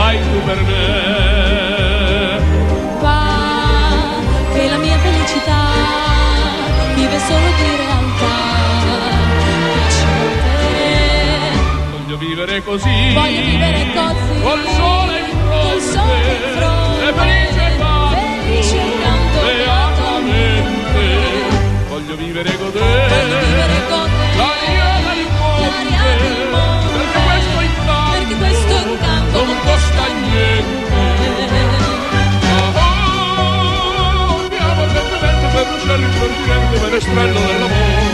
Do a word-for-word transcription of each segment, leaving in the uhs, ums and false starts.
fai tu per me. Va, che la mia felicità vive solo di realtà, vicino a te. Voglio vivere così, voglio vivere così, col sole in fronte, col sole in fronte, e felice canto, felice canto beatamente. Voglio vivere con te, voglio vivere con te, l'aria del monte, perché questo incanto, perché questo incanto non costa niente. Oh, oh, andiamo lentamente per l'uccello impertinente, menestrello dell'amore.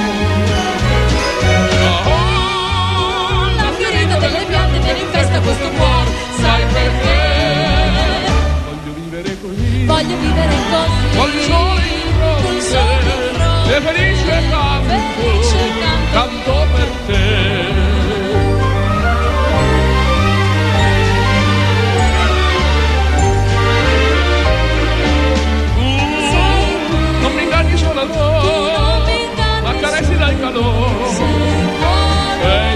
Oh, oh, la fiorita delle piante viene in festa questo cuore, sai perché? Voglio vivere così, voglio vivere così, col sole in fronte, e felice canto, felice canto, canto per te. Tu non mi inganni solo a voi, ma caressi dal calore. Sei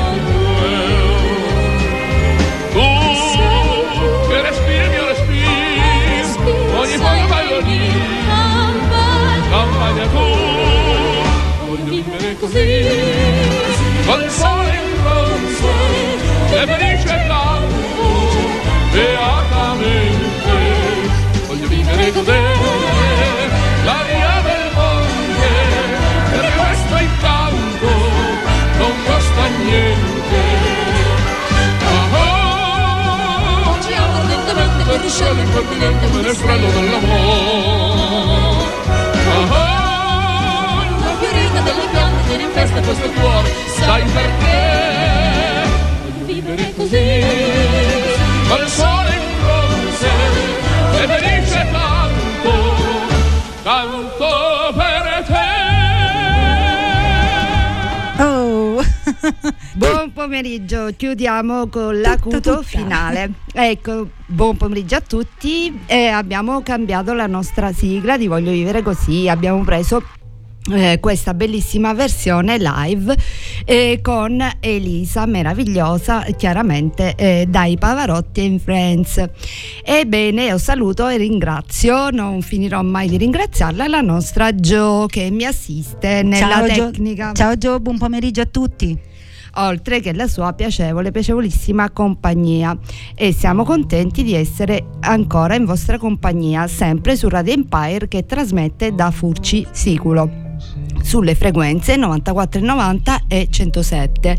tu, tu che respiri il mio respiro, ogni poco vai lì, campagna tu. Voglio vivere così, col sole in fronte, e felice canto, beatamente. Voglio vivere con te, l'aria del monte, perché questo incanto non costa niente. Oh, oh, ci amo lentamente per l'uccello impertinente, menestrello dell'amore. Oh, oh, delle piante viene in festa questo cuore, sai perché? Voglio vivere così, col sole in fronte, e felice canto, canto per te. Oh. Buon pomeriggio, chiudiamo con l'acuto finale. Ecco, buon pomeriggio a tutti. E abbiamo cambiato la nostra sigla di Voglio vivere così, abbiamo preso Eh, questa bellissima versione live eh, con Elisa, meravigliosa, chiaramente eh, dai Pavarotti and Friends. Ebbene, io saluto e ringrazio, non finirò mai di ringraziarla, la nostra Jo che mi assiste nella Ciao, tecnica. Jo. Ciao Jo, buon pomeriggio a tutti. Oltre che la sua piacevole, piacevolissima compagnia, e siamo contenti di essere ancora in vostra compagnia, sempre su Radio Empire, che trasmette da Furci Siculo sulle frequenze novantaquattro e novanta e centosette.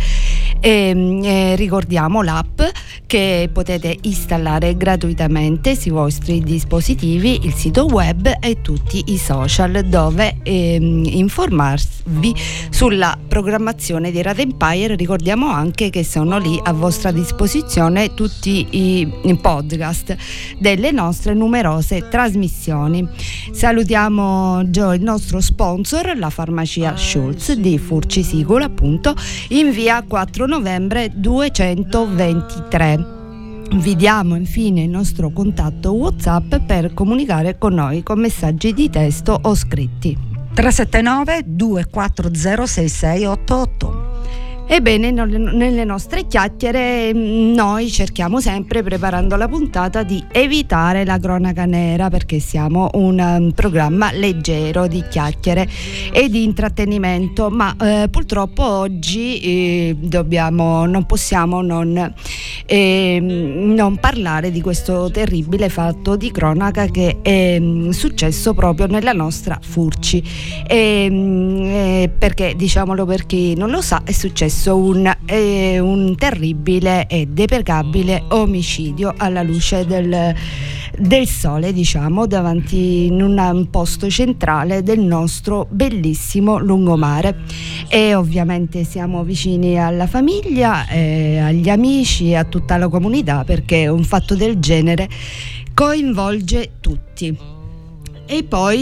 E, e ricordiamo l'app che potete installare gratuitamente sui vostri dispositivi, il sito web e tutti i social, dove ehm, informarvi sulla programmazione di Radio Empire. Ricordiamo anche che sono lì a vostra disposizione tutti i, i podcast delle nostre numerose trasmissioni. Salutiamo Gio, il nostro sponsor, la farmacia Schulz di Furci Siculo, appunto, in via quattro novembre duecentoventitré. Vi diamo infine il nostro contatto WhatsApp per comunicare con noi con messaggi di testo o scritti. tre sette nove due quattro zero sei sei otto otto. Ebbene, nelle nostre chiacchiere noi cerchiamo sempre, preparando la puntata, di evitare la cronaca nera, perché siamo un um, programma leggero di chiacchiere e di intrattenimento, ma eh, purtroppo oggi eh, dobbiamo, non possiamo non, eh, non parlare di questo terribile fatto di cronaca che è mh, successo proprio nella nostra Furci, e, mh, eh, perché, diciamolo per chi non lo sa, è successo Un, eh, un terribile e deprecabile omicidio alla luce del, del sole, diciamo, davanti in un posto centrale del nostro bellissimo lungomare. E ovviamente siamo vicini alla famiglia, eh, agli amici, a tutta la comunità, perché un fatto del genere coinvolge tutti. E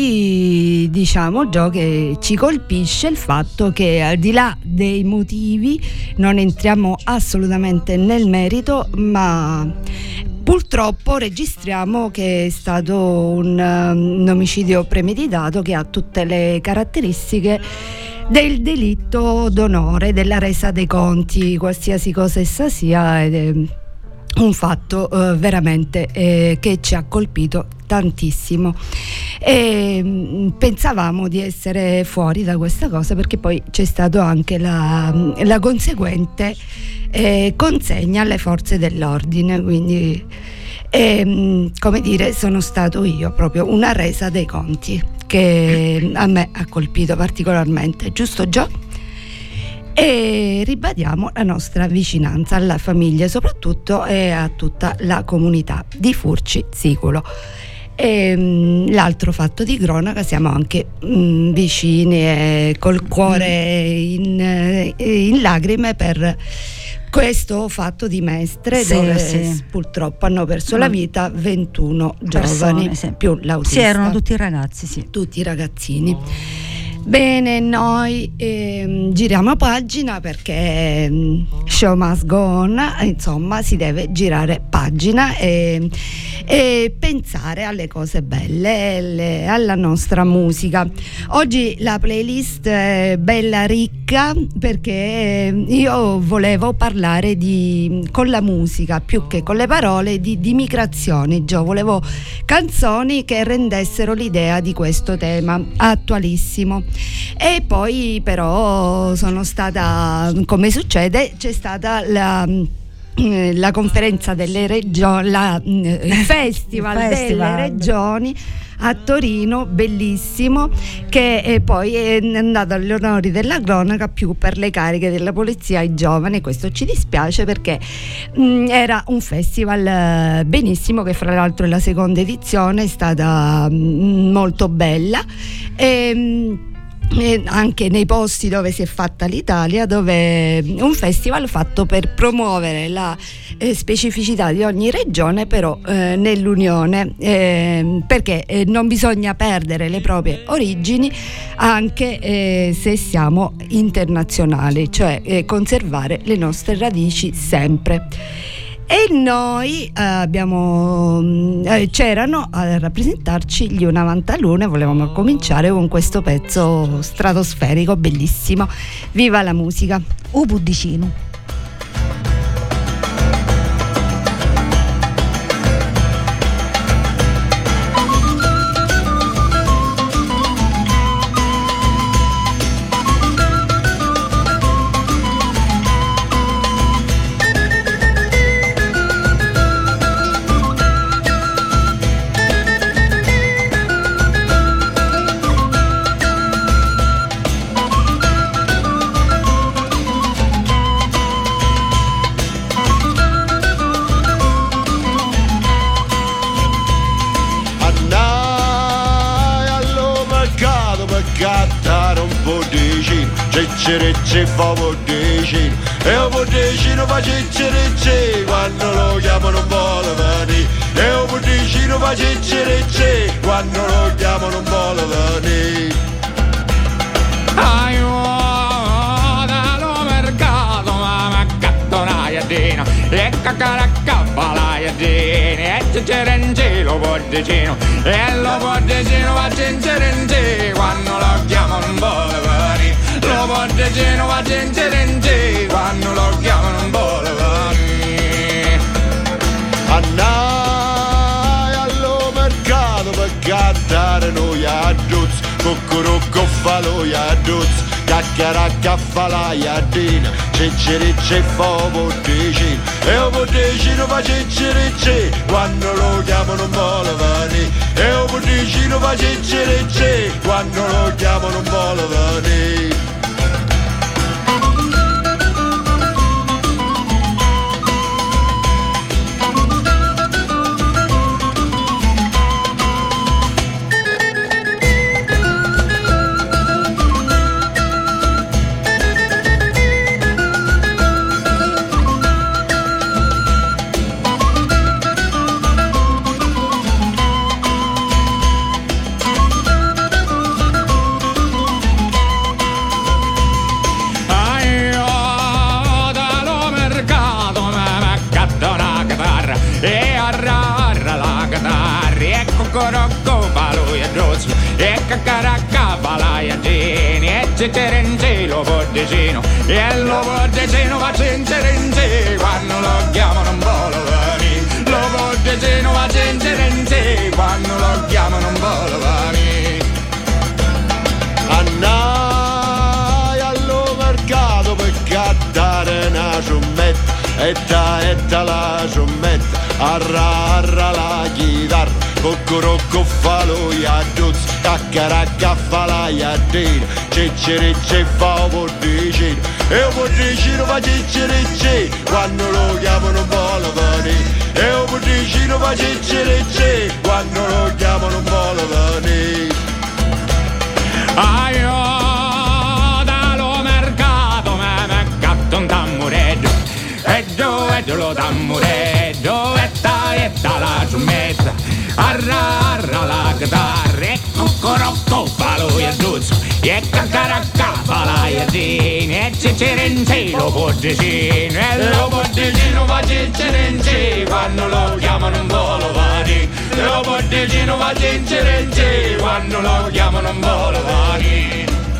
poi diciamo già che ci colpisce il fatto che, al di là dei motivi, non entriamo assolutamente nel merito, ma purtroppo registriamo che è stato un, un omicidio premeditato che ha tutte le caratteristiche del delitto d'onore, della resa dei conti, qualsiasi cosa essa sia. Ed è un fatto eh, veramente eh, che ci ha colpito tantissimo e mh, pensavamo di essere fuori da questa cosa, perché poi c'è stato anche la, la conseguente eh, consegna alle forze dell'ordine, quindi e, mh, come dire, sono stato io proprio una resa dei conti che a me ha colpito particolarmente, giusto Gio? E ribadiamo la nostra vicinanza alla famiglia soprattutto e a tutta la comunità di Furci Siculo. E, mh, l'altro fatto di cronaca, siamo anche mh, vicini e col cuore in, eh, in lacrime per questo fatto di Mestre, sì, dove sì. purtroppo hanno perso la vita ventuno giovani, persone, sì. più l'autista. Sì, erano tutti ragazzi, sì. Tutti ragazzini. Bene, noi ehm, giriamo pagina perché ehm, show must go on, insomma si deve girare pagina e, e pensare alle cose belle, le, alla nostra musica. Oggi la playlist è bella ricca perché io volevo parlare di, con la musica più che con le parole, di, di migrazioni. Gio, volevo canzoni che rendessero l'idea di questo tema attualissimo. E poi però sono stata, come succede, c'è stata la la conferenza delle regioni, la, il festival, il festival delle regioni a Torino, bellissimo, che è poi è andato agli onori della cronaca più per le cariche della polizia ai giovani. Questo ci dispiace perché mh, era un festival benissimo, che fra l'altro è la seconda edizione, è stata mh, molto bella e mh, E anche nei posti dove si è fatta l'Italia, dove un festival fatto per promuovere la eh, specificità di ogni regione, però eh, nell'unione, eh, perché eh, non bisogna perdere le proprie origini anche eh, se siamo internazionali, cioè eh, conservare le nostre radici sempre. E noi eh, abbiamo eh, c'erano a rappresentarci gli Una Vantalune. Volevamo cominciare con questo pezzo stratosferico bellissimo. Viva la musica. U Buddicino. Ciccirecce fa Buddicino e un Buddicino fa ciccirecce quando lo chiamano non vuole venire, e un Buddicino fa ciccirecce quando lo chiamano non vuole venire. Aiuto dallo mercato ma m'accatto una iadina e caccaracappa la iadina e ciccirecce lo Buddicino e lo Buddicino fa ciccirecce quando lo chiamano non vuole venire. Lo Buddicino va ciccirecce quando lo chiamano non vuole venire. Andai allo mercato per cattare noi adduzzi, cuccurucco fa lui adduzzi, caccaracca fa la iadina, ciccirecce fa Buddicino e un Buddicino fa ciccirecce quando lo chiamano non vuole venire, e un Buddicino fa ciccirecce quando lo chiamano non vuole venire. E caccaracca la iadina e ciccirecce lo Buddicino e lo Buddicino va ciccirecce quando lo chiamano non vuole venire. etta etta la trombetta, arra arra la chitarra, coccorocco fa lo iaduz, caccaracca fa la iadina, ciccirecce fa un porticino, e un porticino fa ciccirecce, quando lo chiamano un po' lo venire, e un porticino fa ciccirecce, quando lo chiamano un po' lo venire. Ah, io dallo mercato mi mercato un tammureddo, e dove lo tammureddo, e ta e ta la trombetta, arra arra la chitarra, e coccorocco fa lo iaduzzo, e caccaracca fa la iadina, e ciccirenzi lo porticino, e lo porticino fa ciccirenzi, quando lo chiamano un volo vari, e lo porticino fa ciccirenzi, quando lo chiamano un volo vari.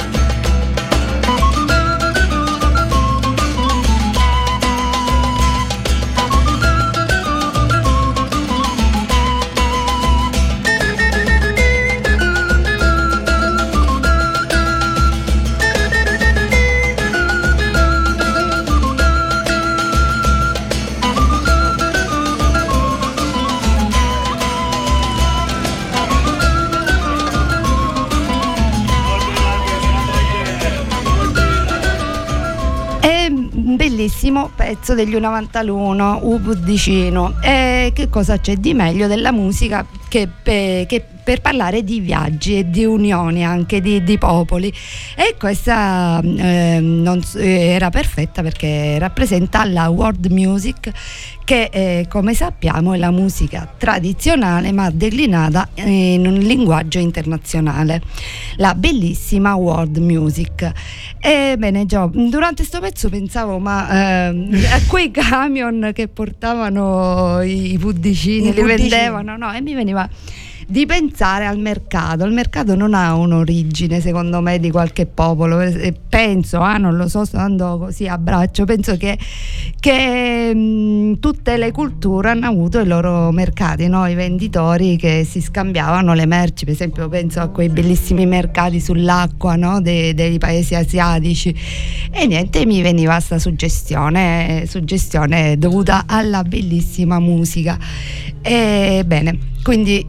Bellissimo pezzo degli U novantuno, U Budicino. E che cosa c'è di meglio della musica che, pe, che per parlare di viaggi e di unioni anche di, di popoli, e questa eh, non, era perfetta perché rappresenta la world music, che eh, come sappiamo è la musica tradizionale ma declinata in un linguaggio internazionale, la bellissima world music. Ebbene Gio, durante questo pezzo pensavo ma eh, a quei camion che portavano i puddicini, I li puddicini. vendevano, no? E mi veniva di pensare al mercato. Il mercato non ha un'origine, secondo me, di qualche popolo. Penso, ah, non lo so, sto andando così a braccio, penso che, che mh, tutte le culture hanno avuto i loro mercati, no? I venditori che si scambiavano le merci. Per esempio penso a quei bellissimi mercati sull'acqua, no? dei, dei paesi asiatici, e niente, mi veniva questa suggestione suggestione dovuta alla bellissima musica. E bene, quindi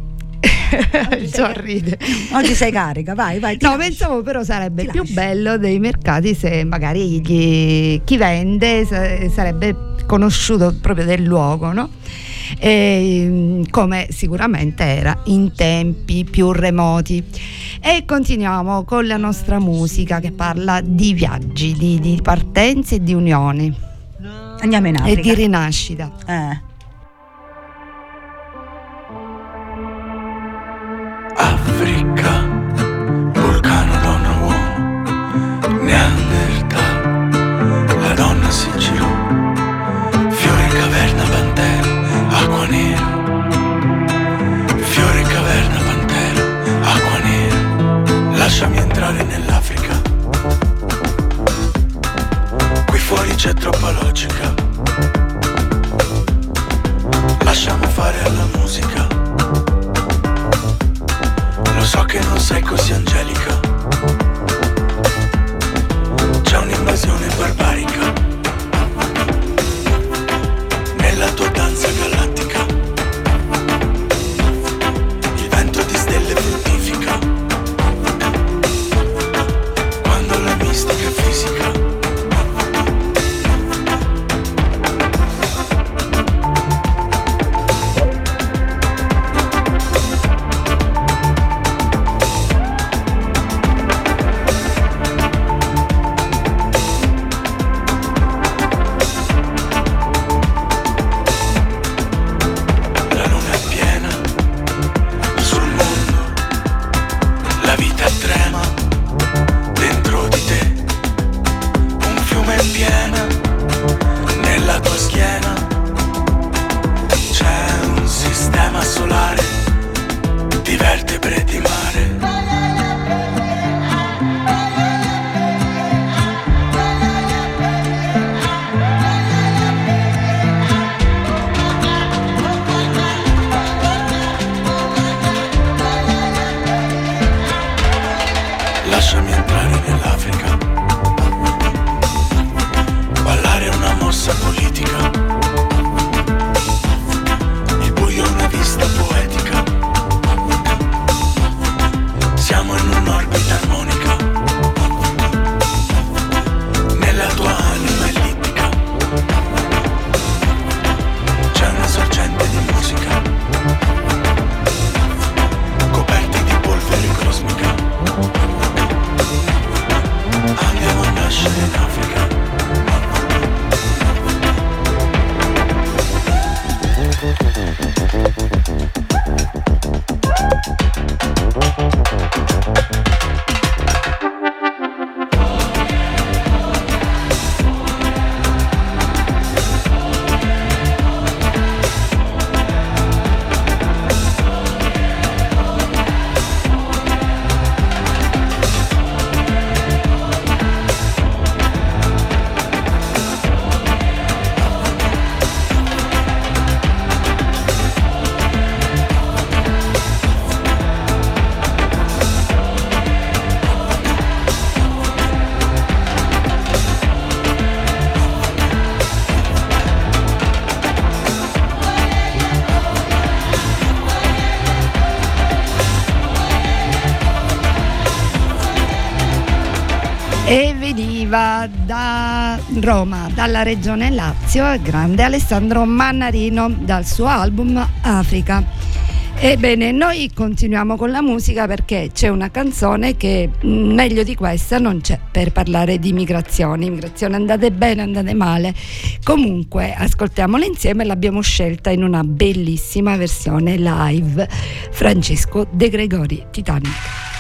sorride. Oggi sei carica, vai, vai. No, lascio. pensavo però sarebbe Ti più lascio. bello dei mercati se magari gli, chi vende sa- sarebbe conosciuto proprio del luogo, no? E, come sicuramente era in tempi più remoti. E continuiamo con la nostra musica che parla di viaggi, di, di partenze e di unioni. Andiamo in Africa. E di rinascita. Eh. Africa, vulcano, donna, uomo, Neanderthal, la donna si girò, fiore, caverna, pantera, acqua nera, fiore, caverna, pantera, acqua nera, lasciami entrare nell'Africa, qui fuori c'è troppa logica, lasciamo fare alla musica. Lo so che non sei così angelica, c'è un'invasione barbarica nella tua danza galattica, il vento di stelle fruttifica, quando la mistica è fisica. E veniva da Roma, dalla regione Lazio, il grande Alessandro Mannarino, dal suo album Africa. Ebbene, noi continuiamo con la musica perché c'è una canzone che meglio di questa non c'è per parlare di migrazioni. Migrazioni andate bene, andate male. Comunque, ascoltiamola insieme, l'abbiamo scelta in una bellissima versione live. Francesco De Gregori, Titanic.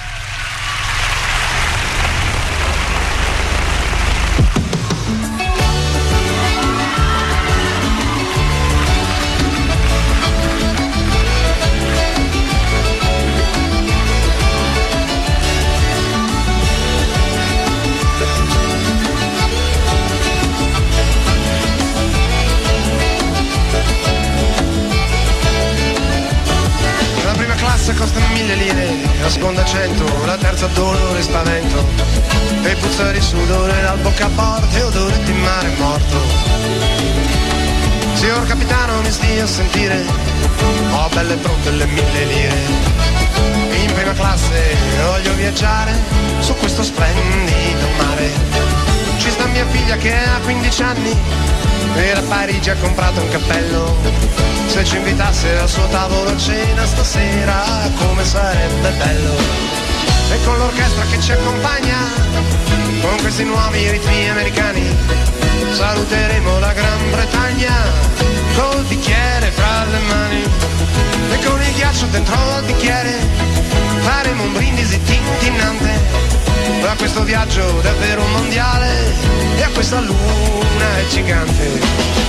Costa mille lire, la seconda cento, la terza dolore e spavento, e puzza di sudore dal boccaporte, odore di mare morto. Signor capitano mi stia a sentire, ho belle pronte le mille lire, in prima classe voglio viaggiare su questo splendido mare. Ci sta mia figlia che ha quindici anni e a Parigi ha comprato un cappello. Se ci invitasse al suo tavolo a cena stasera, come sarebbe bello. E con l'orchestra che ci accompagna, con questi nuovi ritmi americani, saluteremo la Gran Bretagna col bicchiere fra le mani. E con il ghiaccio dentro al bicchiere faremo un brindisi tintinnante a questo viaggio davvero mondiale e a questa luna gigante.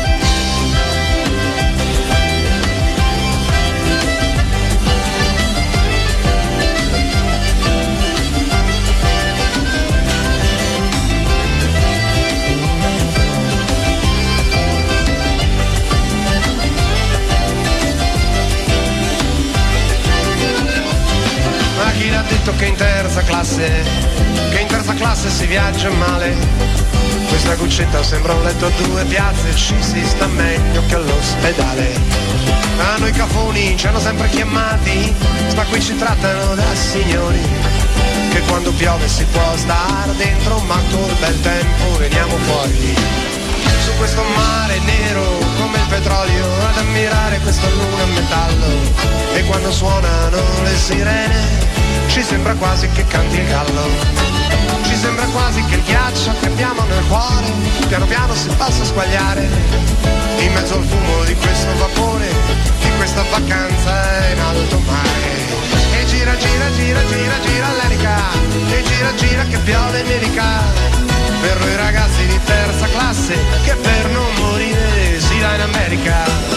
Chi l'ha detto che in terza classe, che in terza classe si viaggia male? Questa cuccetta sembra un letto a due piazze, ci si sta meglio che all'ospedale. A noi cafoni ci hanno sempre chiamati, ma qui ci trattano da signori, che quando piove si può star dentro, ma col bel tempo veniamo fuori. Su questo mare nero come il petrolio, ad ammirare questa luna a metallo, e quando suonano le sirene ci sembra quasi che canti il gallo. Ci sembra quasi che il ghiaccio che abbiamo nel cuore piano piano si possa squagliare in mezzo al fumo di questo vapore, di questa vacanza in alto mare. E gira gira gira gira gira l'Erica, e gira gira che piove e nevica, per noi ragazzi di terza classe che per non morire si va in America.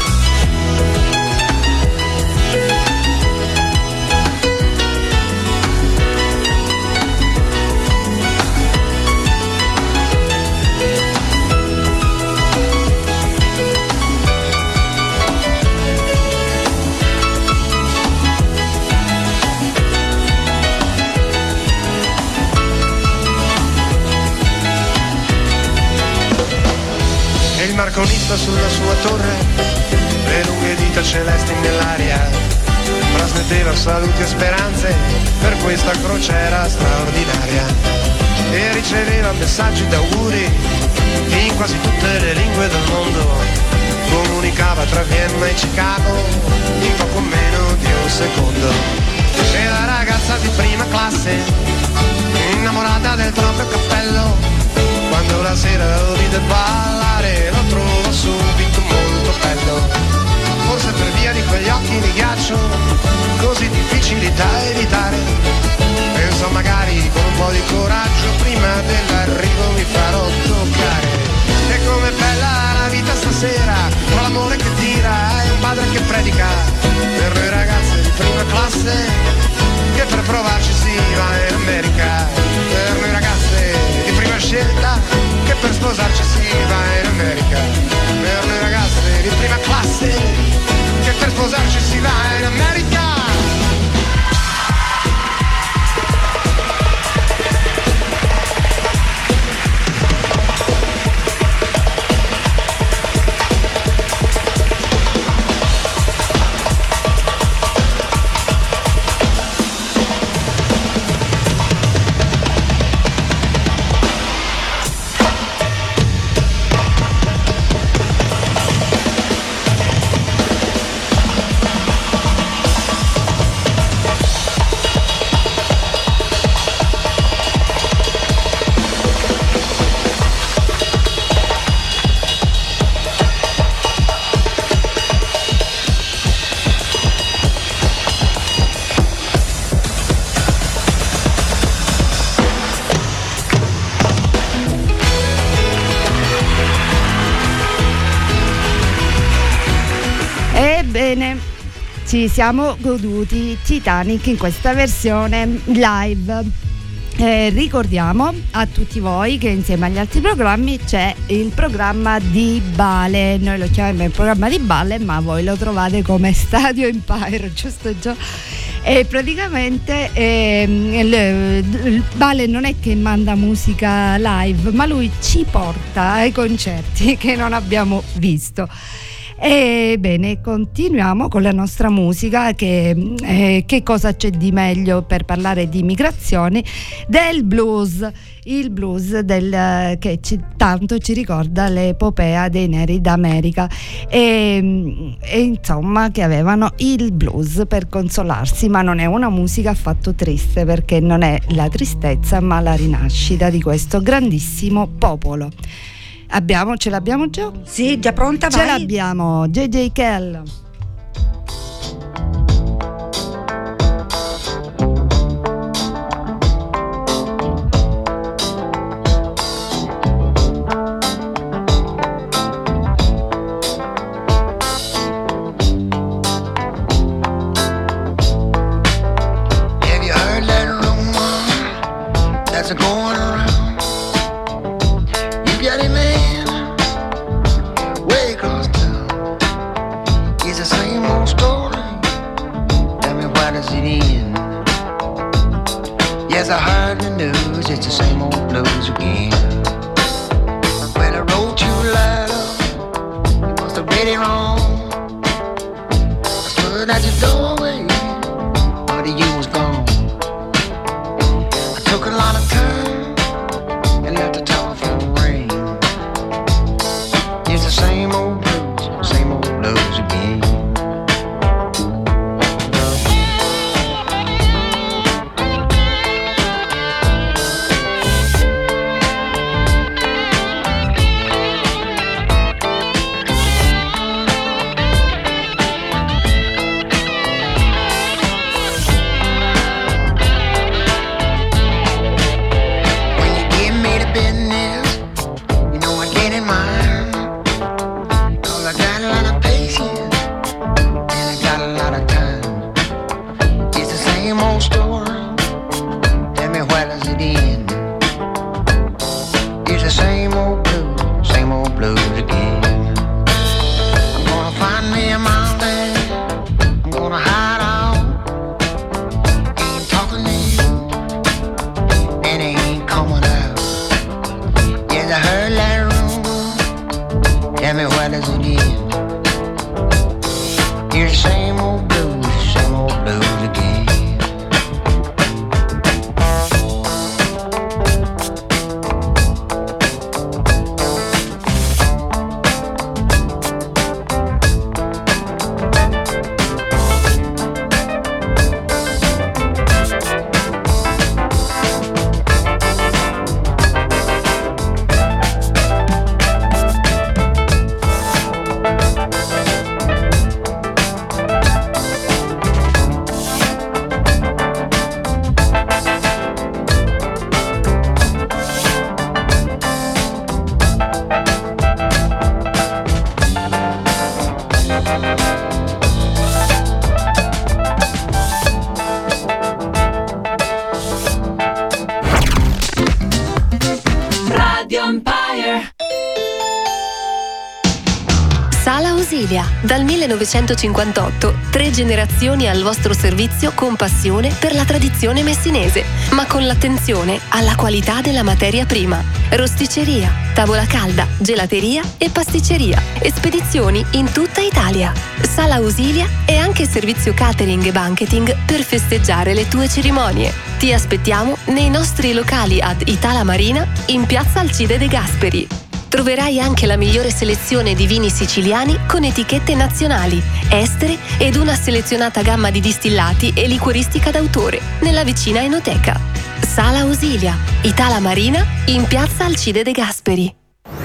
Il marconista sulla sua torre, le lunghe dita celesti nell'aria, trasmetteva saluti e speranze per questa crociera straordinaria, e riceveva messaggi d'auguri in quasi tutte le lingue del mondo, comunicava tra Vienna e Chicago in poco meno di un secondo. E la ragazza di prima classe, innamorata del proprio cappello, quando la sera lo vide ballare lo trovo subito molto bello. così difficili da evitare. Penso magari con un po' di coraggio prima dell'arrivo mi farò toccare. E com'è bella la vita stasera, con l'amore che tira e un padre che predica, per noi ragazze di prima classe, che per provarci si va in America. Per noi ragazze di prima scelta, che per sposarci si va in America. Per noi ragazze di prima classe, che per sposarci si va in America. Bene, ci siamo goduti Titanic in questa versione live. Eh, ricordiamo a tutti voi che insieme agli altri programmi c'è il programma di Bale. Noi lo chiamiamo il programma di Bale, ma voi lo trovate come Stadio Empire, giusto Gio? E praticamente eh, il, il Bale non è che manda musica live, ma lui ci porta ai concerti che non abbiamo visto. Ebbene, continuiamo con la nostra musica. Che, eh, che cosa c'è di meglio per parlare di migrazioni del blues, il blues del, che ci, tanto ci ricorda l'epopea dei neri d'America e, e insomma che avevano il blues per consolarsi, ma non è una musica affatto triste, perché non è la tristezza ma la rinascita di questo grandissimo popolo. Abbiamo, ce l'abbiamo già? Sì, già pronta, ce vai. l'abbiamo, J J Kell. Have you heard that rumor that's going around? You got a man way across town. It's the same old story. Tell me, why does it end? Yes, I heard the news. It's the same old blues again. Well, I wrote you a letter. You must have read it wrong. I stood at your doorway, but you was gone. I took a lot of time and let the telephone ring. It's the same old blues, same old blues again. When you give me the business, you know I get in mine. 'Cause I got a lot of patience and I got a lot of time. It's the same old story. Tell me, where does it end? It's the same old blues, same old blues again. I'm gonna find me a mountain. I'm gonna hide out. Ain't talking to you, and it ain't coming out. Yes, I heard that rumor. Tell me, where does it end? You're the same old blues, same old blues again. Ausilia. Dal millenovecentocinquantotto, tre generazioni al vostro servizio con passione per la tradizione messinese, ma con l'attenzione alla qualità della materia prima. Rosticceria, tavola calda, gelateria e pasticceria. E spedizioni in tutta Italia. Sala Ausilia è anche servizio catering e banqueting per festeggiare le tue cerimonie. Ti aspettiamo nei nostri locali ad Itala Marina in piazza Alcide De Gasperi. Troverai anche la migliore selezione di vini siciliani con etichette nazionali, estere ed una selezionata gamma di distillati e liquoristica d'autore nella vicina enoteca. Sala Ausilia, Itala Marina in piazza Alcide De Gasperi.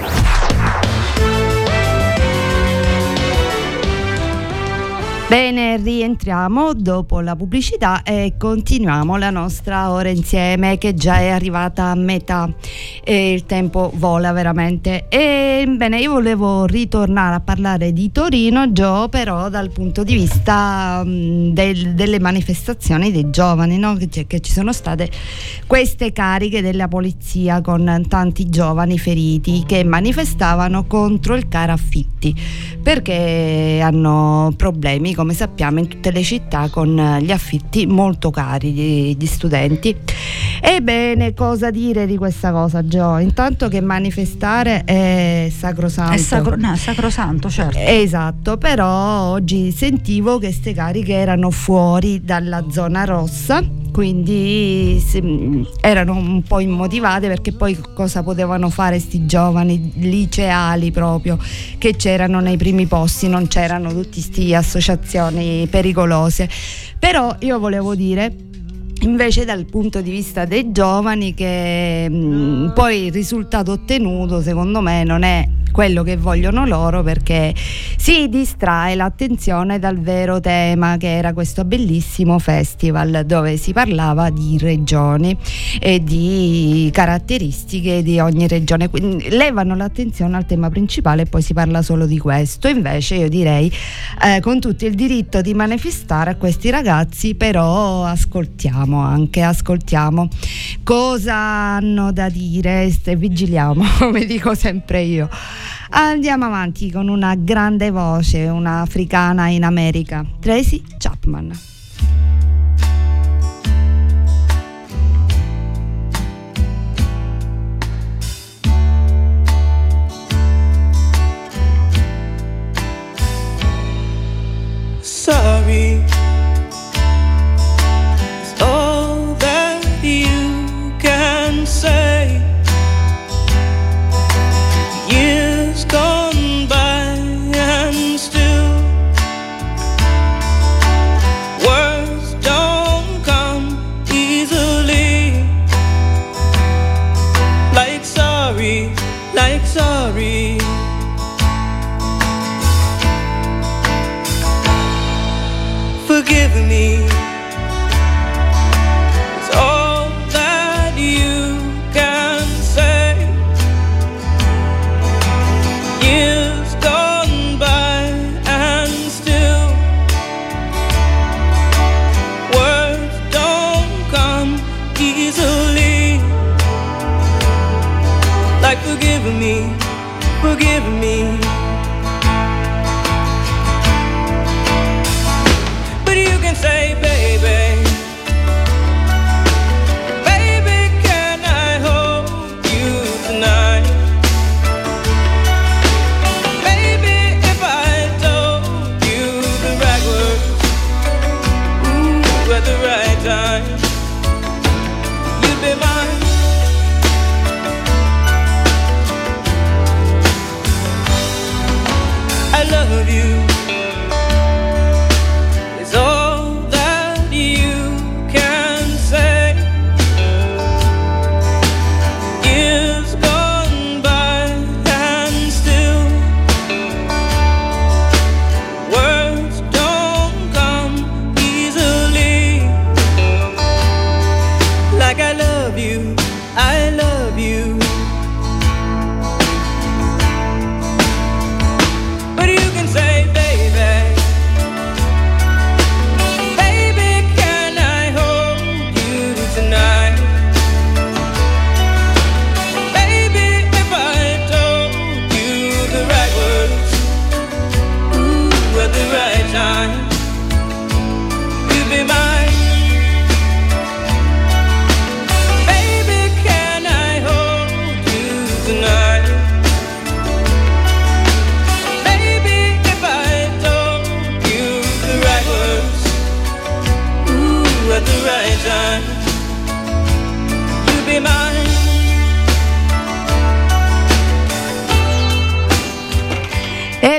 Bene, rientriamo dopo la pubblicità e continuiamo la nostra ora insieme, che già è arrivata a metà e il tempo vola veramente. E bene, io volevo ritornare a parlare di Torino, Gio, però dal punto di vista um, del, delle manifestazioni dei giovani, no? che, che ci sono state queste cariche della polizia con tanti giovani feriti che manifestavano contro il caro affitti, perché hanno problemi, come sappiamo, in tutte le città con gli affitti molto cari di, di studenti. Ebbene, cosa dire di questa cosa, Gio? Intanto che manifestare è sacrosanto. È sacro, no, sacrosanto, certo. Esatto, però oggi sentivo che queste cariche erano fuori dalla zona rossa, quindi erano un po' immotivate, perché poi cosa potevano fare sti giovani liceali proprio, che c'erano nei primi posti, non c'erano tutti sti associazioni pericolose. Però io volevo dire invece dal punto di vista dei giovani che mh, poi il risultato ottenuto secondo me non è quello che vogliono loro, perché si distrae l'attenzione dal vero tema, che era questo bellissimo festival dove si parlava di regioni e di caratteristiche di ogni regione. Quindi levano l'attenzione al tema principale e poi si parla solo di questo. Invece io direi eh, con tutto il diritto di manifestare a questi ragazzi, però ascoltiamo anche, ascoltiamo cosa hanno da dire e vigiliamo, come dico sempre io. Andiamo avanti con una grande voce, una africana in America, Tracy Chapman. Sorry is all that you can say. Years gone by and still words don't come easily. Like sorry, like sorry. Forgive me. It's all that you can say. Years gone by and still words don't come easily. Like forgive me, forgive me. Say, baby,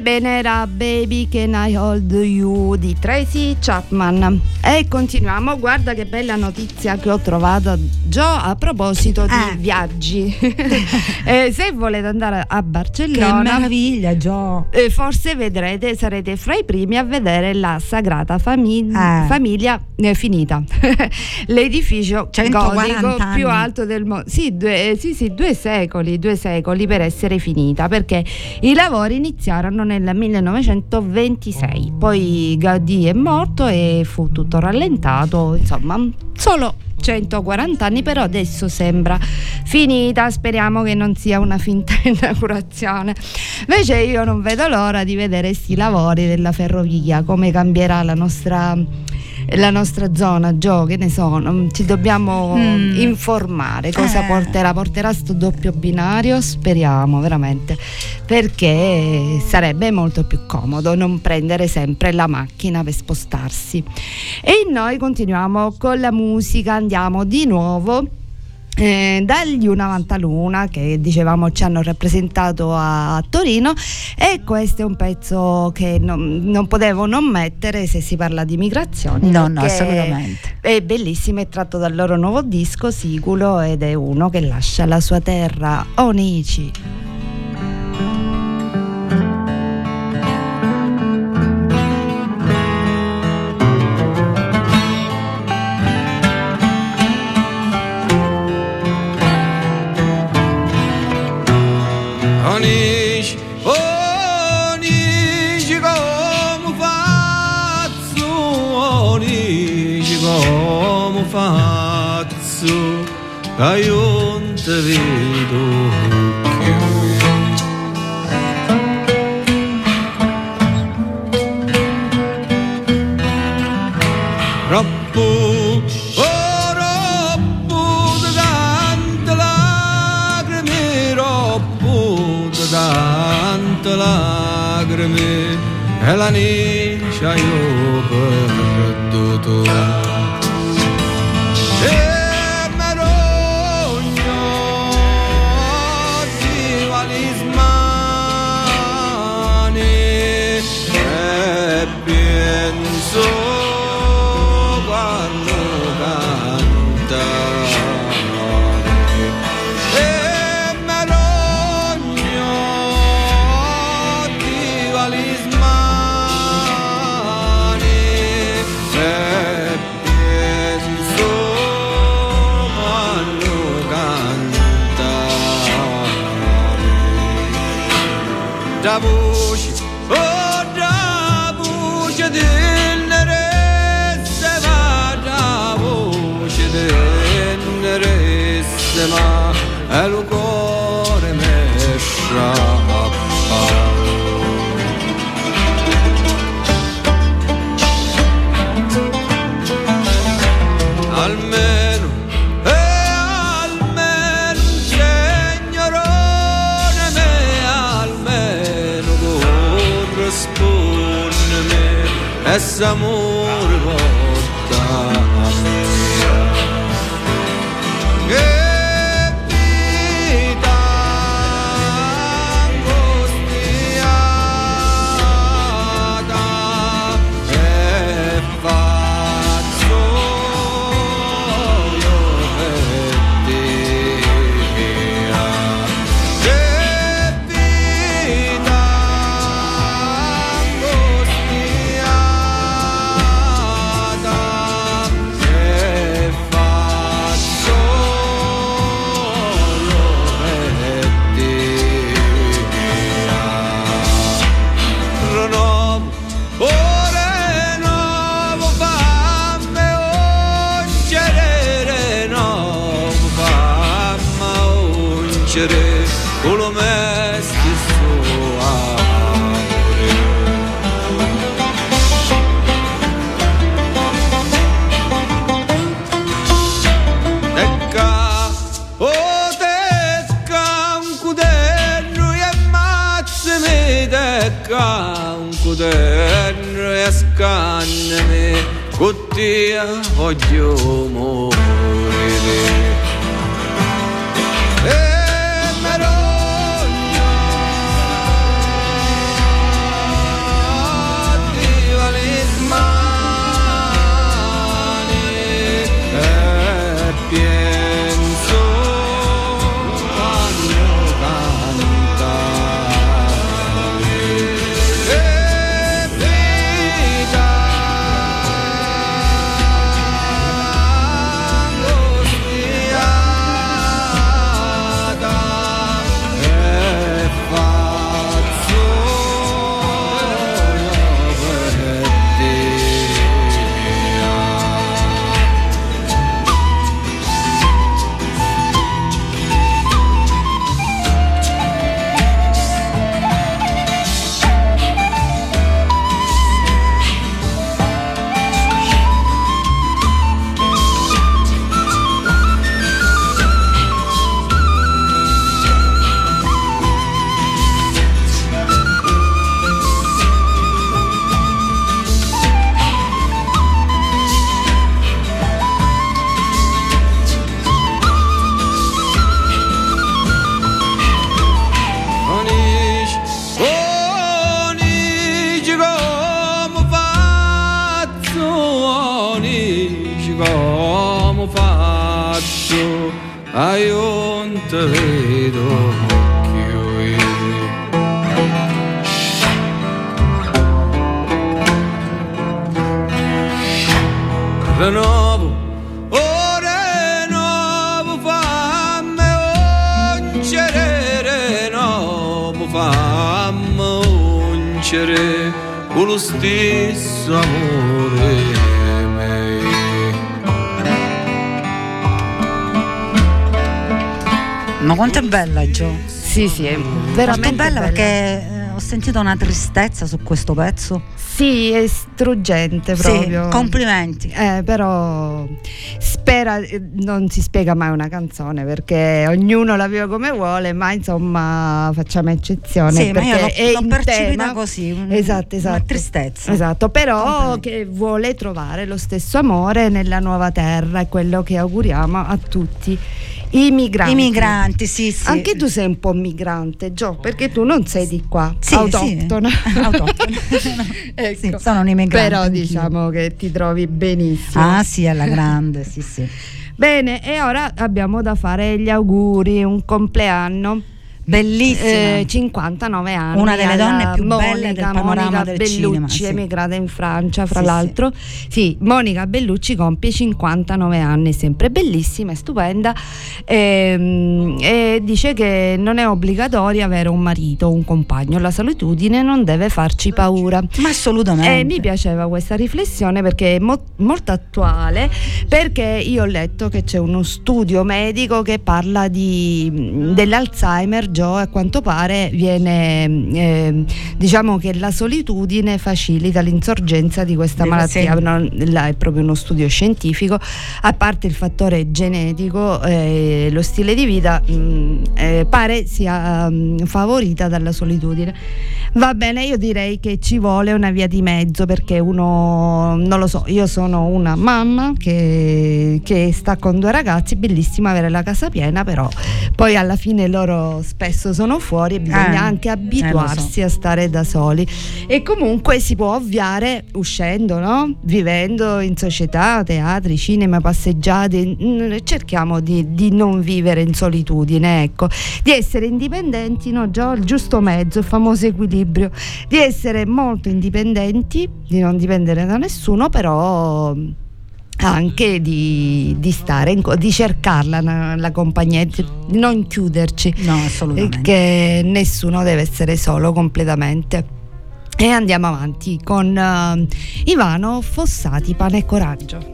Ebbene era Baby Can I Hold You di Tracy Chapman. E continuiamo, guarda che bella notizia che ho trovato, Gio, a proposito di eh. viaggi. eh, se volete andare a Barcellona, che meraviglia, Gio, eh, forse vedrete, sarete fra i primi a vedere la Sagrada Famig- eh. Famiglia eh, finita. L'edificio gotico anni. più alto del mondo. Sì, due, sì, sì, due secoli, due secoli per essere finita, perché i lavori iniziarono nel millenovecentoventisei, poi Gaudì è morto e fu tutto rallentato, insomma, solo centoquaranta anni, però adesso sembra finita. Speriamo che non sia una finta inaugurazione. Invece io non vedo l'ora di vedere sti lavori della ferrovia, come cambierà la nostra la nostra zona, Gio, che ne so, non, ci dobbiamo mm. informare cosa eh. porterà porterà sto doppio binario, speriamo veramente, perché sarebbe molto più comodo non prendere sempre la macchina per spostarsi. E noi continuiamo con la musica, andiamo di nuovo Eh, dagli Una Vantaluna, che dicevamo ci hanno rappresentato a, a Torino, e questo è un pezzo che non, non potevo non mettere se si parla di migrazione. No, no, assolutamente. È bellissimo, è tratto dal loro nuovo disco Siculo ed è uno che lascia la sua terra. Onici. Onici, onici come faccio, onici come faccio, che io non ti vedo più. Troppo, oh troppo di tante lacrime, troppo tante lacrime e la niccia io perduto e me rogno di valismani e penso quando canta da voce, oh da voce dell'eresse, ma da voce dell'eresse, ma è il cuore me sciappa. Almeno esse amore porta a me. Che vita angustiata e faccio io per te. Che vita con lo me stesso amore. Tecca, oh tecca un cuderno e ammazzami, tecca un cuderno e scannami, con te voglio morire. rinnovo, oh rinnovo, fammi uncere, rinnovo, fammi uncere con lo stesso amore. Ma quanto è bella, Gio? Sì, sì, è veramente molto bella, bella. perché eh, ho sentito una tristezza su questo pezzo. Sì, è struggente proprio. Sì, complimenti. Eh, però spera, non si spiega mai una canzone perché ognuno la vive come vuole, ma insomma facciamo eccezione. Sì, ma io l'ho, è l'ho in percepita tema. così, un, esatto, esatto. una tristezza. Esatto, però che vuole trovare lo stesso amore nella nuova terra, è quello che auguriamo a tutti. I migranti. I migranti, sì, sì. Anche tu sei un po' migrante, Gio, perché tu non sei di qua, sì, autoctona. Sì. autoctona. Ecco. Sì, sono un immigrante. Però anch'io. diciamo che ti trovi benissimo. Ah sì, alla grande, sì sì. Bene, e ora abbiamo da fare gli auguri, un compleanno. Bellissima, eh, cinquantanove anni, una delle donne più Monica, belle del panorama Monica del Bellucci, cinema, sì. emigrata in Francia fra Sì, l'altro. Sì. sì, Monica Bellucci compie cinquantanove anni, sempre bellissima e stupenda, e, e dice che non è obbligatorio avere un marito, un compagno, la solitudine non deve farci paura. Ma assolutamente. E mi piaceva questa riflessione perché è mo- molto attuale, perché io ho letto che c'è uno studio medico che parla di, dell'Alzheimer, e a quanto pare viene eh, diciamo che la solitudine facilita l'insorgenza di questa Sì, malattia. sì. Non, là è proprio uno studio scientifico, a parte il fattore genetico, eh, lo stile di vita mh, eh, pare sia mh, favorita dalla solitudine. Va bene, io direi che ci vuole una via di mezzo, perché uno, non lo so, io sono una mamma che, che sta con due ragazzi, bellissimo avere la casa piena, però poi alla fine loro spesso sono fuori e bisogna Eh, anche abituarsi eh, lo a stare da soli, e comunque si può ovviare uscendo, no? Vivendo in società, teatri, cinema, passeggiate, mm, cerchiamo di, di non vivere in solitudine, ecco, di essere indipendenti, no? Già il giusto mezzo, il famoso equilibrio, di essere molto indipendenti, di non dipendere da nessuno, però anche di, di stare in, di cercarla la, la compagnia, di non chiuderci, No, assolutamente. che nessuno deve essere solo completamente. E andiamo avanti con uh, Ivano Fossati, Pane e Coraggio.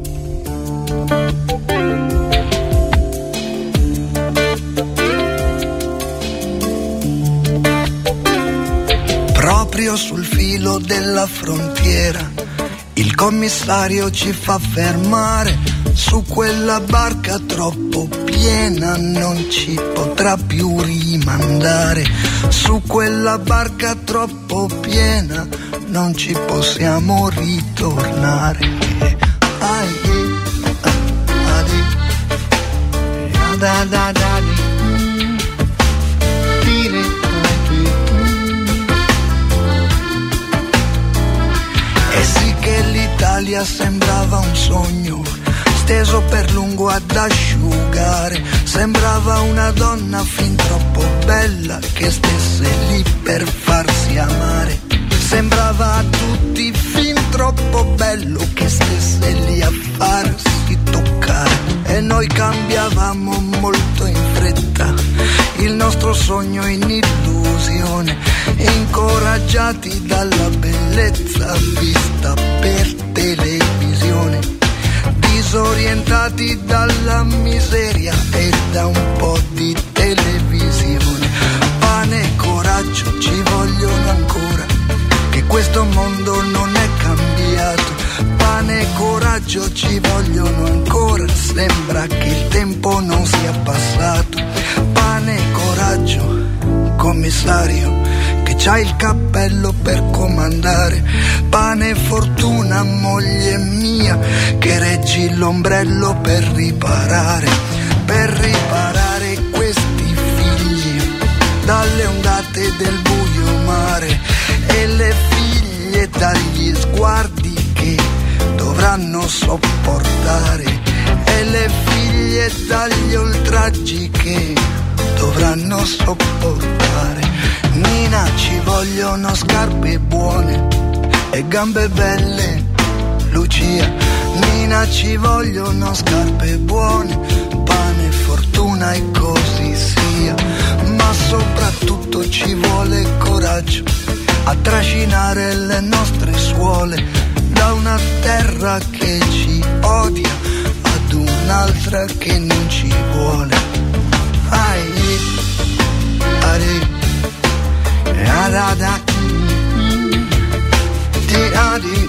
Proprio sul filo della frontiera il commissario ci fa fermare. Su quella barca troppo piena non ci potrà più rimandare. Su quella barca troppo piena non ci possiamo ritornare. Ai, ah, adi, ah, da, da, da, di. E sì che l'Italia sembrava un sogno, steso per lungo ad asciugare. Sembrava una donna fin troppo bella che stesse lì per farsi amare. Sembrava a tutti fin troppo bello che stesse lì a farsi toccare. E noi cambiavamo molto in fretta il nostro sogno in illusione, incoraggiati dalla bellezza vista per televisione, disorientati dalla miseria e da un po' di televisione. Pane e coraggio ci vogliono ancora, che questo mondo non è cambiato. Pane e coraggio ci vogliono ancora, sembra che il tempo non sia passato. Pane e coraggio, commissario, che c'ha il cappello per comandare. Pane e fortuna, moglie mia, che reggi l'ombrello per riparare, per riparare questi figli dalle ondate del buio mare, e le figlie dagli sguardi che dovranno sopportare, e le figlie dagli oltraggi che dovranno sopportare. Nina, ci vogliono scarpe buone e gambe belle, Lucia. Nina, mattina ci vogliono scarpe buone, pane e fortuna e così sia, ma soprattutto ci vuole coraggio a trascinare le nostre suole da una terra che ci odia ad un'altra che non ci vuole. Ai, ai, da da da, di da di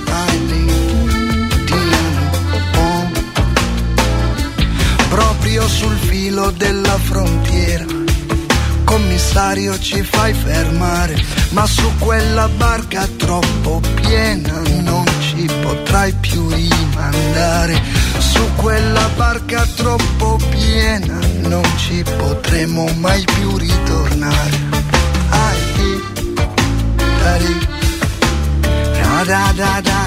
proprio sul filo della frontiera, commissario ci fai fermare, ma su quella barca troppo piena non ci potrai più rimandare, su quella barca troppo piena non ci potremo mai più ritornare. Ai, dai, da da da da,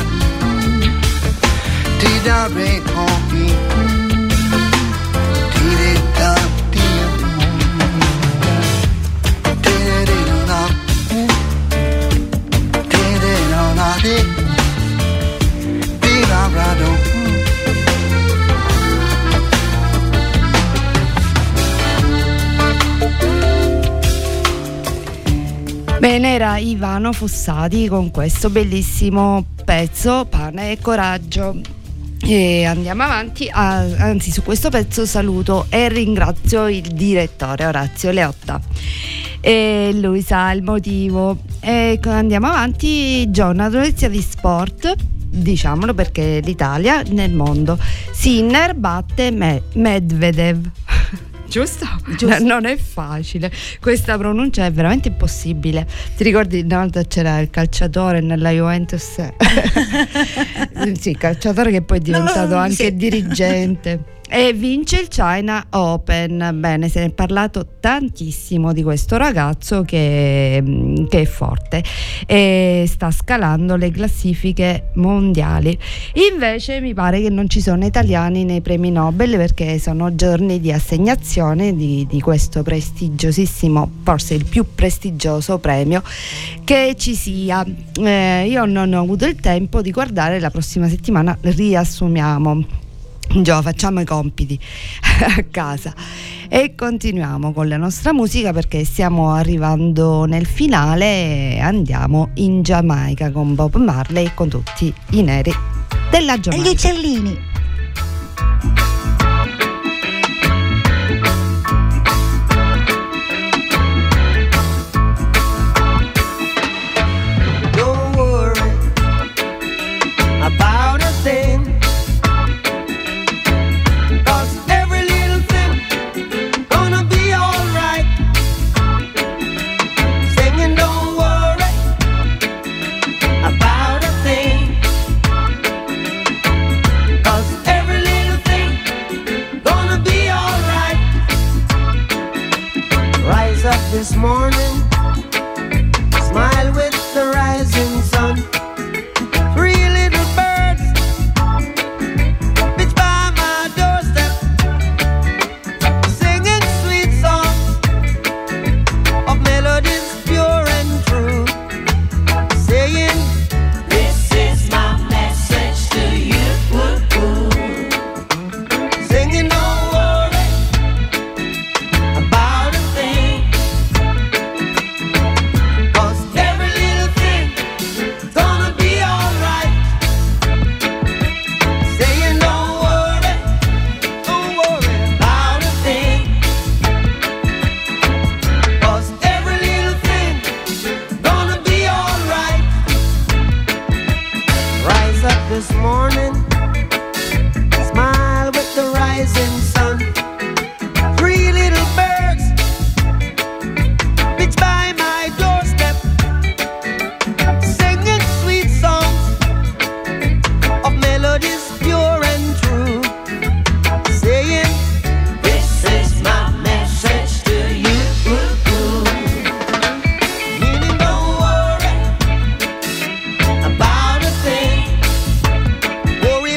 ti da be oh, Bene, era Ivano Fossati con questo bellissimo pezzo, Pane e Coraggio. E andiamo avanti, ah, anzi su questo pezzo saluto e ringrazio il direttore Orazio Leotta, e lui sa il motivo. E andiamo avanti, giornata notizia di sport, diciamolo perché l'Italia nel mondo. Sinner batte Me- Medvedev. Giusto? Giusto? No, non è facile, questa pronuncia è veramente impossibile. Ti ricordi una volta c'era il calciatore nella Juventus? Sì, calciatore che poi è diventato anche sì. dirigente. E vince il China Open. Bene, se ne è parlato tantissimo di questo ragazzo che, che è forte e sta scalando le classifiche mondiali. Invece mi pare che non ci sono italiani nei premi Nobel, perché sono giorni di assegnazione di, di questo prestigiosissimo, forse il più prestigioso premio che ci sia. Eh, io non ho avuto il tempo di guardare, la prossima settimana riassumiamo. Già, facciamo i compiti a casa e continuiamo con la nostra musica, perché stiamo arrivando nel finale e andiamo in Giamaica con Bob Marley e con tutti i neri della Giamaica. E gli uccellini. Don't worry about a thing. This morning, smile with the rising sun. Three little birds pitch by my doorstep, singing sweet songs of melodies pure and true, saying, this is my message to you. Singing, don't worry about a thing. This morning, smile with the rising sun. Three little birds pitch by my doorstep, singing sweet songs of melodies pure and true, saying, this is my message to you. Meaning, don't worry about a thing. Worry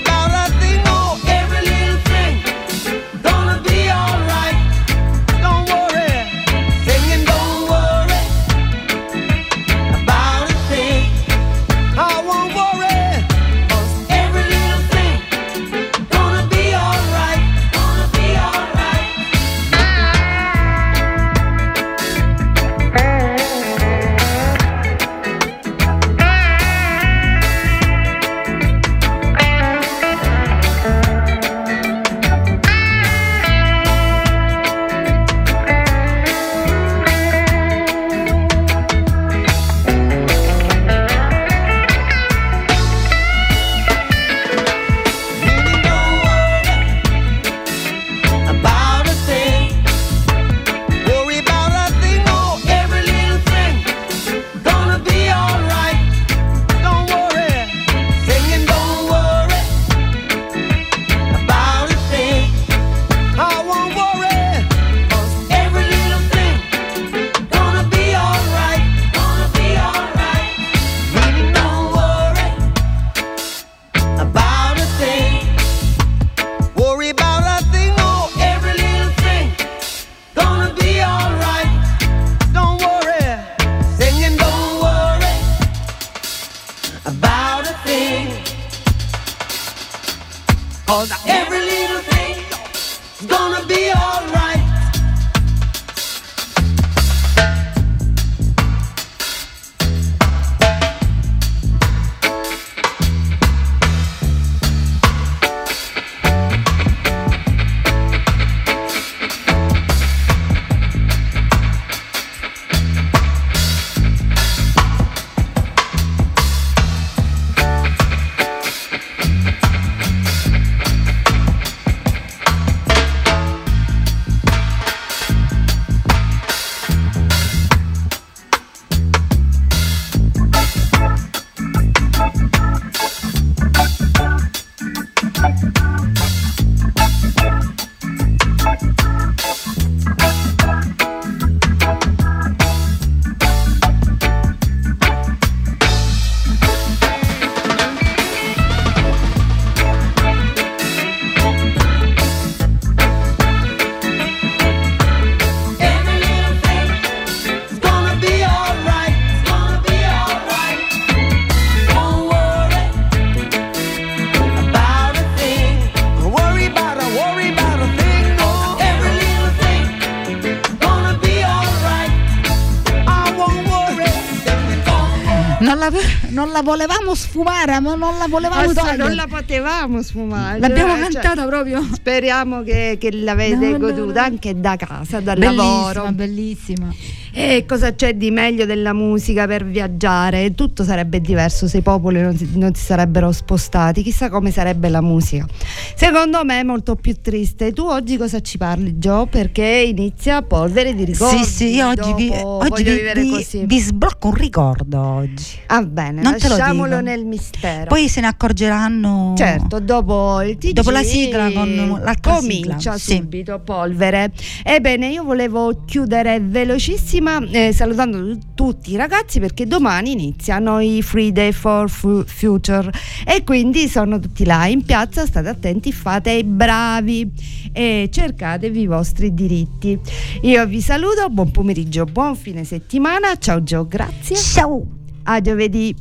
'Cause every little thing is gonna be alright. Non la volevamo sfumare, ma non la volevamo Aspetta, togliere. non la potevamo sfumare. L'abbiamo cioè, cantata proprio. Speriamo che, che l'avete No, no, goduta no. anche da casa, dal Bellissima, lavoro. bellissima. E cosa c'è di meglio della musica per viaggiare? Tutto sarebbe diverso se i popoli non si, non si sarebbero spostati. Chissà come sarebbe la musica. Secondo me è molto più triste. Tu oggi cosa ci parli, Gio? Perché inizia Polvere di ricordi. Sì, sì, io oggi, vi, Dopo oggi Voglio vi, vivere vi- così. vi sblocco un ricordo oggi. Ah, bene, Non te lo lasciamolo dico. nel mistero. Poi se ne accorgeranno. Certo, dopo il T G Dopo la sigla con l'altra comincia sigla, sì. subito Polvere. Ebbene, io volevo chiudere velocissima eh, salutando tutti i ragazzi, perché domani iniziano i Free Day for Fu- Future e quindi sono tutti là in piazza. State attenti, fate i bravi e cercatevi i vostri diritti. Io vi saluto, buon pomeriggio, buon fine settimana. Ciao Gio, grazie. Ciao. A giovedì.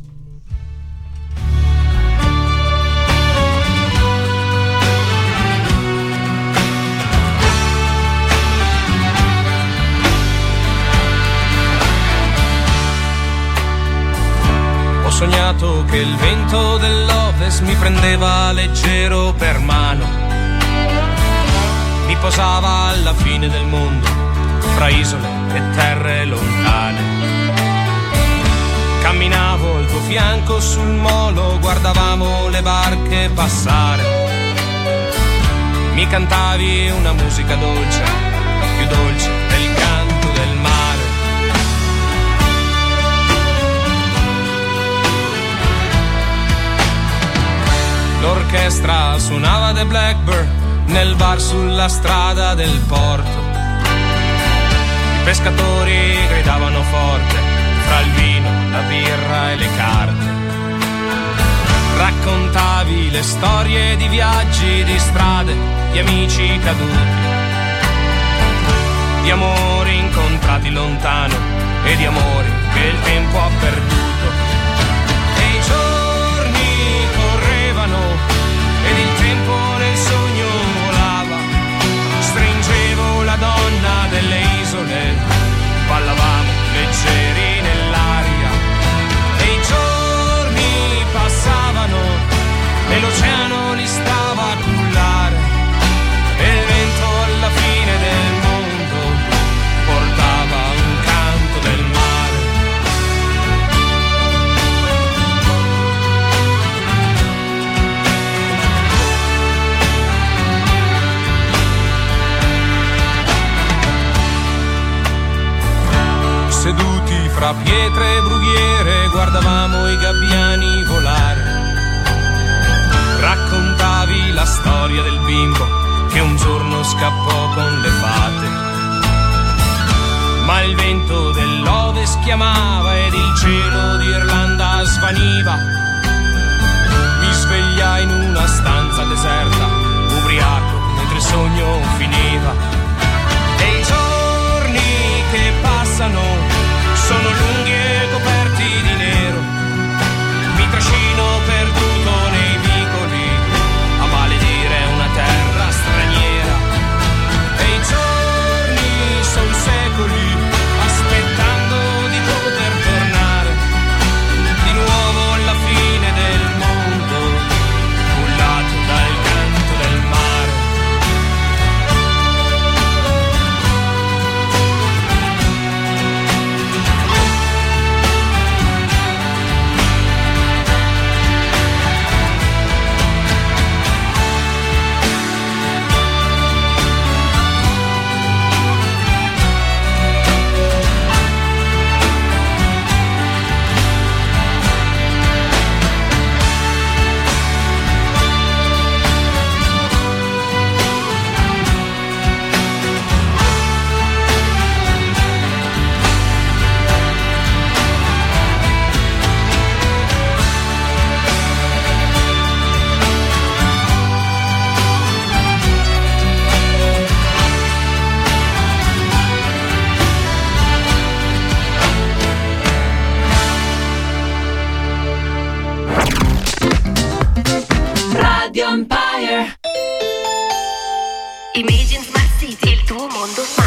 Ho sognato che il vento dell'ovest mi prendeva leggero per mano, mi posava alla fine del mondo, fra isole e terre lontane. Camminavo al tuo fianco sul molo, guardavamo le barche passare. Mi cantavi una musica dolce, più dolce del canto del mare. L'orchestra suonava The Blackbird nel bar sulla strada del porto. I pescatori gridavano forte fra il vino, la birra e le carte. Raccontavi le storie di viaggi, di strade, di amici caduti, di amori incontrati lontano e di amori che il tempo ha perduto. E i giorni correvano ed il tempo nel sogno volava. Stringevo la donna delle isole, ballavamo leggeri nell'aria. E i giorni passavano e l'oceano li stava a cullare. E il vento alla fine del mondo portava un canto del mare. Seduti fra pietre e brughiere guardavamo i gabbiani volare. Raccontavi la storia del bimbo che un giorno scappò con le fate. Ma il vento dell'ovest chiamava ed il cielo d'Irlanda svaniva. Mi svegliai in una stanza deserta, ubriaco mentre il sogno finiva. E i giorni che passano sono lunghi e coperti di nero. Mi trascino perduto nei vicoli a maledire Imagine Smart City, il tuo mondo smart.